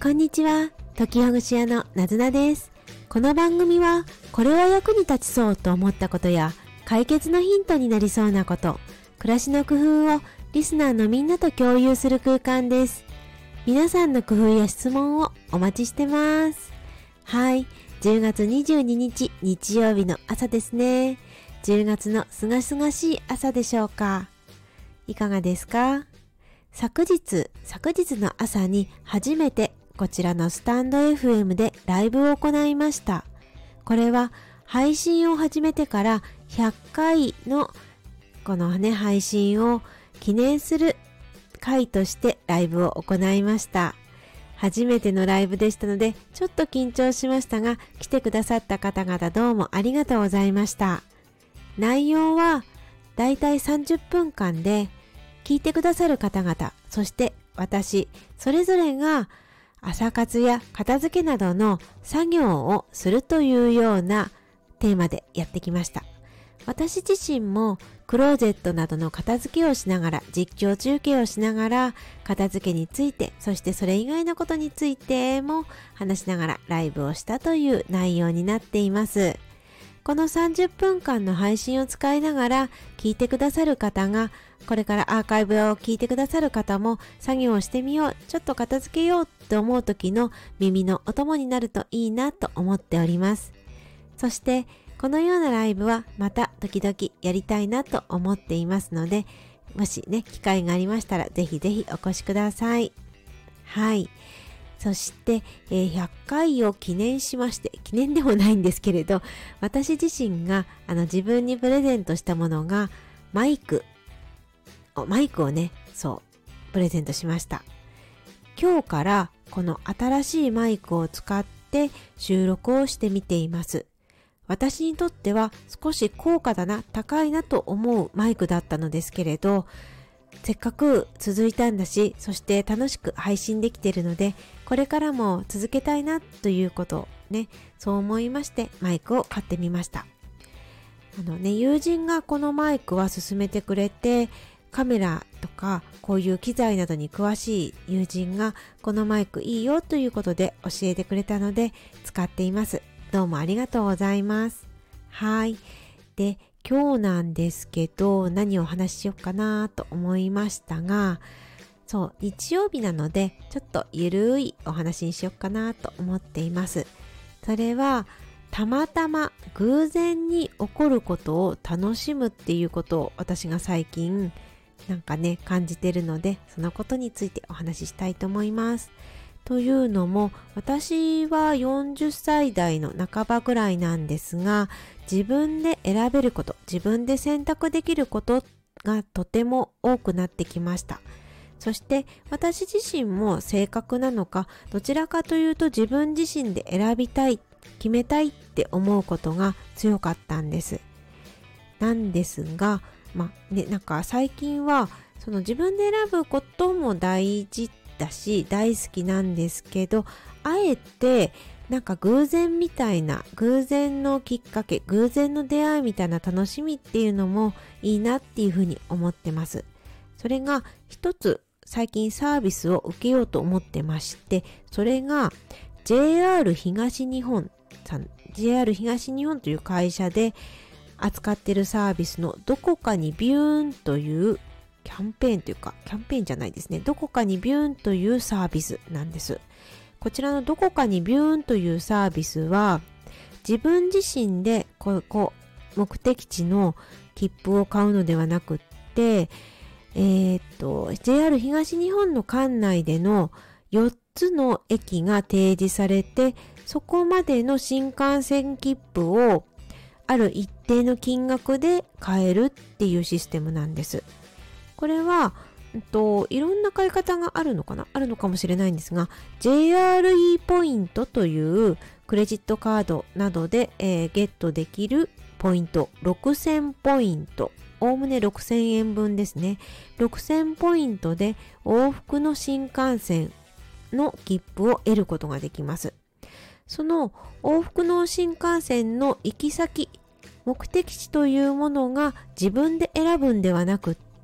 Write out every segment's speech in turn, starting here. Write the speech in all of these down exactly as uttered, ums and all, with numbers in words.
こんにちは、時ほぐし屋のなずなです。この番組は、これは役に立ちそうと思ったことや、解決のヒントになりそうなこと、暮らしの工夫をリスナーのみんなと共有する空間です。皆さんの工夫や質問をお待ちしてます。はい、じゅうがつにじゅうににち日曜日の朝ですね。じゅうがつのすがすがしい朝でしょうか。いかがですか？昨日、昨日の朝に初めてこちらのスタンド エフエム でライブを行いました。これは配信を始めてからひゃっかいのこのね配信を記念する回としてライブを行いました。初めてのライブでしたのでちょっと緊張しましたが、来てくださった方々どうもありがとうございました。内容はだいたいさんじゅっぷんかんで聞いてくださる方々、そして私それぞれが朝活や片付けなどの作業をするというようなテーマでやってきました。私自身もクローゼットなどの片付けをしながら、実況中継をしながら片付けについて、そしてそれ以外のことについても話しながらライブをしたという内容になっています。このさんじゅっぷんかんの配信を使いながら聞いてくださる方が、これからアーカイブを聞いてくださる方も作業をしてみよう、ちょっと片付けようと思う時の耳のお供になるといいなと思っております。そしてこのようなライブはまた時々やりたいなと思っていますので、もしね機会がありましたらぜひぜひお越しください。はい。そして、えー、ひゃっかいを記念しまして、記念でもないんですけれど、私自身があの自分にプレゼントしたものがマイク、マイクをね、そうプレゼントしました。今日からこの新しいマイクを使って収録をしてみています。私にとっては少し高価だな、高いなと思うマイクだったのですけれど、せっかく続いたんだし、そして楽しく配信できているので、これからも続けたいなということをね、そう思いましてマイクを買ってみました。あのね、友人がこのマイクは勧めてくれて、カメラとかこういう機材などに詳しい友人がこのマイクいいよということで教えてくれたので使っています。どうもありがとうございます。はい。で、今日なんですけど、何をお話ししようかなと思いましたが、そう、日曜日なのでちょっとゆるいお話にしようかなと思っています。それはたまたま偶然に起こることを楽しむっていうことを私が最近なんかね感じてるので、そのことについてお話ししたいと思います。というのも、私はよんじゅっさいだいの半ばぐらいなんですが、自分で選べること、自分で選択できることがとても多くなってきました。そして私自身も性格なのか、どちらかというと自分自身で選びたい、決めたいって思うことが強かったんです。なんですが、まあね、なんか最近はその自分で選ぶことも大事だし大好きなんですけど、あえてなんか偶然みたいな、偶然のきっかけ、偶然の出会いみたいな楽しみっていうのもいいなっていうふうに思ってます。それが一つ最近サービスを受けようと思ってまして、それが ジェイアール 東日本さん、ジェイアール 東日本という会社で扱っているサービスのどこかにビューンというキャンペーンというか、キャンペーンじゃないですね。どこかにビューンというサービスなんです。こちらのどこかにビューンというサービスは、自分自身でこうこう目的地の切符を買うのではなくって、えー、っと ジェイアール 東日本の管内でのよっつの駅が提示されて、そこまでの新幹線切符をある一定の金額で買えるっていうシステムなんです。これは、うんと、いろんな買い方があるのかなあるのかもしれないんですが、ジェイアールイー ポイントというクレジットカードなどで、えー、ゲットできるポイント、ろくせんポイント、おおむねろくせんえんぶんですね。ろくせんポイントで往復の新幹線の切符を得ることができます。その往復の新幹線の行き先、目的地というものが自分で選ぶんではなくっ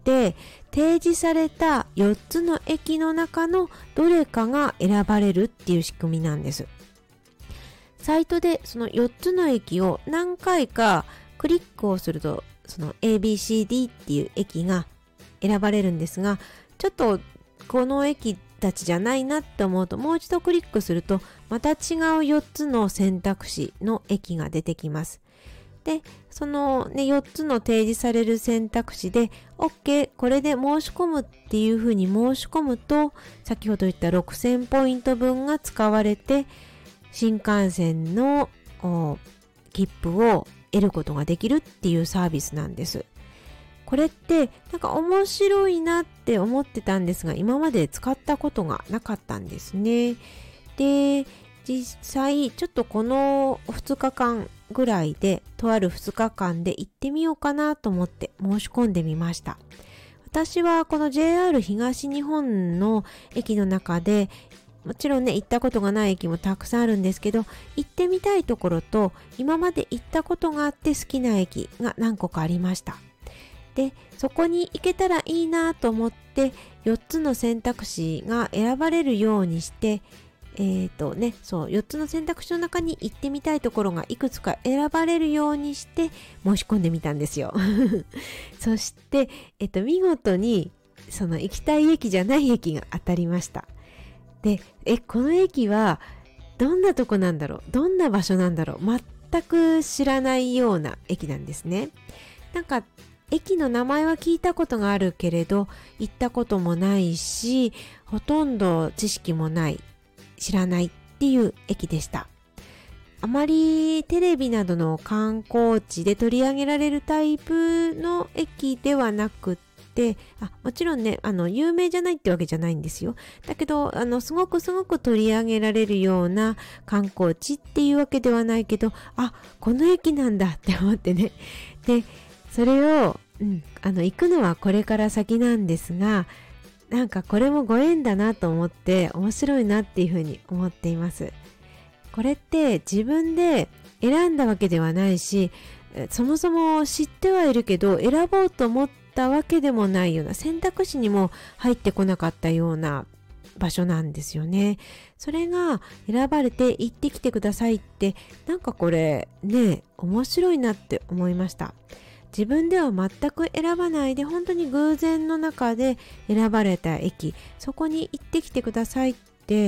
て提示されたよっつの駅の中のどれかが選ばれるっていう仕組みなんです。サイトでそのよっつの駅を何回かクリックをすると、その エービーシーディー っていう駅が選ばれるんですが、ちょっとこの駅たちじゃないなって思うと、もう一度クリックするとまた違うよっつの選択肢の駅が出てきます。で、その、ね、よっつの提示される選択肢で OK、 これで申し込むっていうふうに申し込むと、先ほど言ったろくせんポイント分が使われて新幹線の切符を得ることができるっていうサービスなんです。これってなんか面白いなって思ってたんですが、今まで使ったことがなかったんですね。で、実際ちょっとこのふつかかんぐらいで、とあるふつかかんで行ってみようかなと思って申し込んでみました。私はこの ジェイアール 東日本の駅の中で、もちろんね、行ったことがない駅もたくさんあるんですけど、行ってみたいところと今まで行ったことがあって好きな駅が何個かありました。で、そこに行けたらいいなと思ってよっつの選択肢が選ばれるようにして、えーとね、そうよっつの選択肢の中に行ってみたいところがいくつか選ばれるようにして申し込んでみたんですよ。そして、えっと、見事にその行きたい駅じゃない駅が当たりました。で、え、この駅はどんなとこなんだろう、どんな場所なんだろう、全く知らないような駅なんですね。なんか駅の名前は聞いたことがあるけれど行ったこともないし、ほとんど知識もない、知らないっていう駅でした。あまりテレビなどの観光地で取り上げられるタイプの駅ではなくて、あ、もちろんね、あの有名じゃないってわけじゃないんですよ。だけどあのすごくすごく取り上げられるような観光地っていうわけではないけど、あ、この駅なんだって思ってね。で、それを、うん、あの行くのはこれから先なんですが、なんかこれもご縁だなと思って面白いなっていうふうに思っています。これって自分で選んだわけではないし、そもそも知ってはいるけど選ぼうと思ったわけでもないような、選択肢にも入ってこなかったような場所なんですよね。それが選ばれて行ってきてくださいって、なんかこれね、面白いなって思いました。自分では全く選ばないで、本当に偶然の中で選ばれた駅、そこに行ってきてくださいって、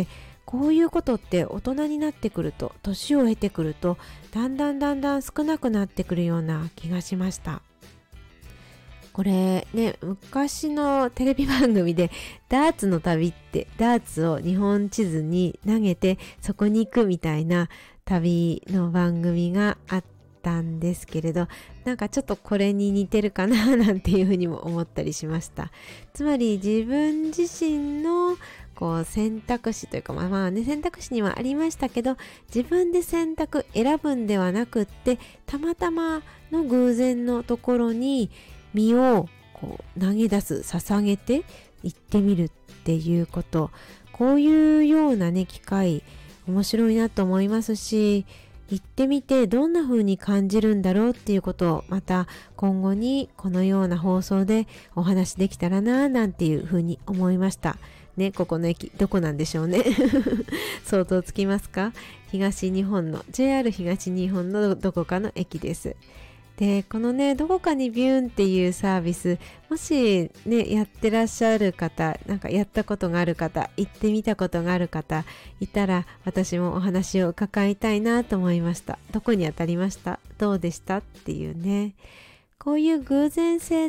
こういうことって大人になってくると、年を経てくると、だんだんだんだん少なくなってくるような気がしました。これね、昔のテレビ番組でダーツの旅って、ダーツを日本地図に投げてそこに行くみたいな旅の番組があってたんですけれど、なんかちょっとこれに似てるかななんていうふうにも思ったりしました。つまり自分自身のこう選択肢というか、まあまあね、選択肢にはありましたけど、自分で選択選ぶんではなくって、たまたまの偶然のところに身をこう投げ出す、捧げて行ってみるっていうこと、こういうようなね機会面白いなと思いますし、行ってみてどんな風に感じるんだろうっていうことを、また今後にこのような放送でお話できたらななんていう風に思いましたね。ここの駅どこなんでしょうね。想像つきますか？東日本の ジェイアール 東日本のどこかの駅です。で、このね、どこかにビューンっていうサービス、もしね、やってらっしゃる方、なんかやったことがある方、行ってみたことがある方いたら、私もお話を伺いたいなと思いました。どこに当たりました？どうでしたっていうね。こういう偶然性って、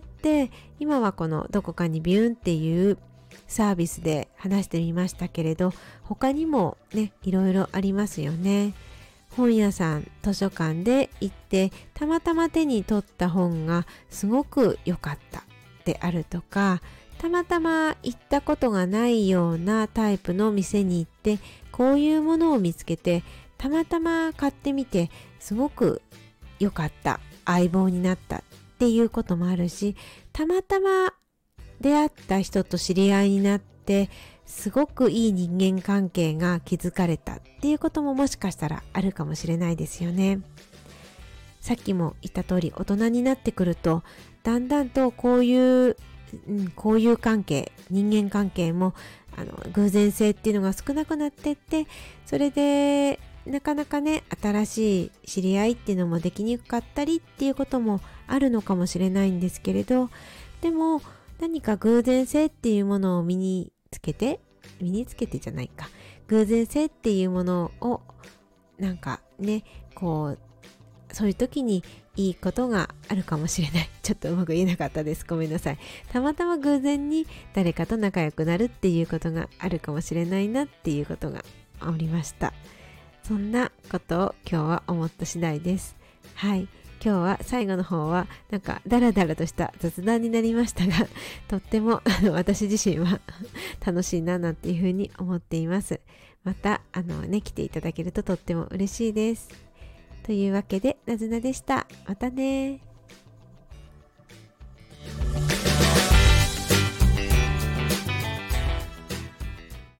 今はこのどこかにビューンっていうサービスで話してみましたけれど、他にもね、いろいろありますよね。本屋さん、図書館で行ってたまたま手に取った本がすごく良かったであるとか、たまたま行ったことがないようなタイプの店に行ってこういうものを見つけてたまたま買ってみてすごく良かった、相棒になったっていうこともあるし、たまたま出会った人と知り合いになってすごくいい人間関係が築かれたっていうことももしかしたらあるかもしれないですよね。さっきも言った通り、大人になってくるとだんだんとこういううん、交友関係、人間関係もあの偶然性っていうのが少なくなってって、それでなかなかね新しい知り合いっていうのもできにくかったりっていうこともあるのかもしれないんですけれど、でも何か偶然性っていうものを身につけて身につけてじゃないか偶然性っていうものをなんかねこうそういう時にいいことがあるかもしれない。ちょっとうまく言えなかったです。ごめんなさい。たまたま偶然に誰かと仲良くなるっていうことがあるかもしれないなっていうことがありました。そんなことを今日は思った次第です。はい。今日は最後の方はなんかダラダラとした雑談になりましたが、とっても私自身は楽しいななんていうふうに思っています。またあのね来ていただけるととっても嬉しいです。というわけでなずなでした。またね。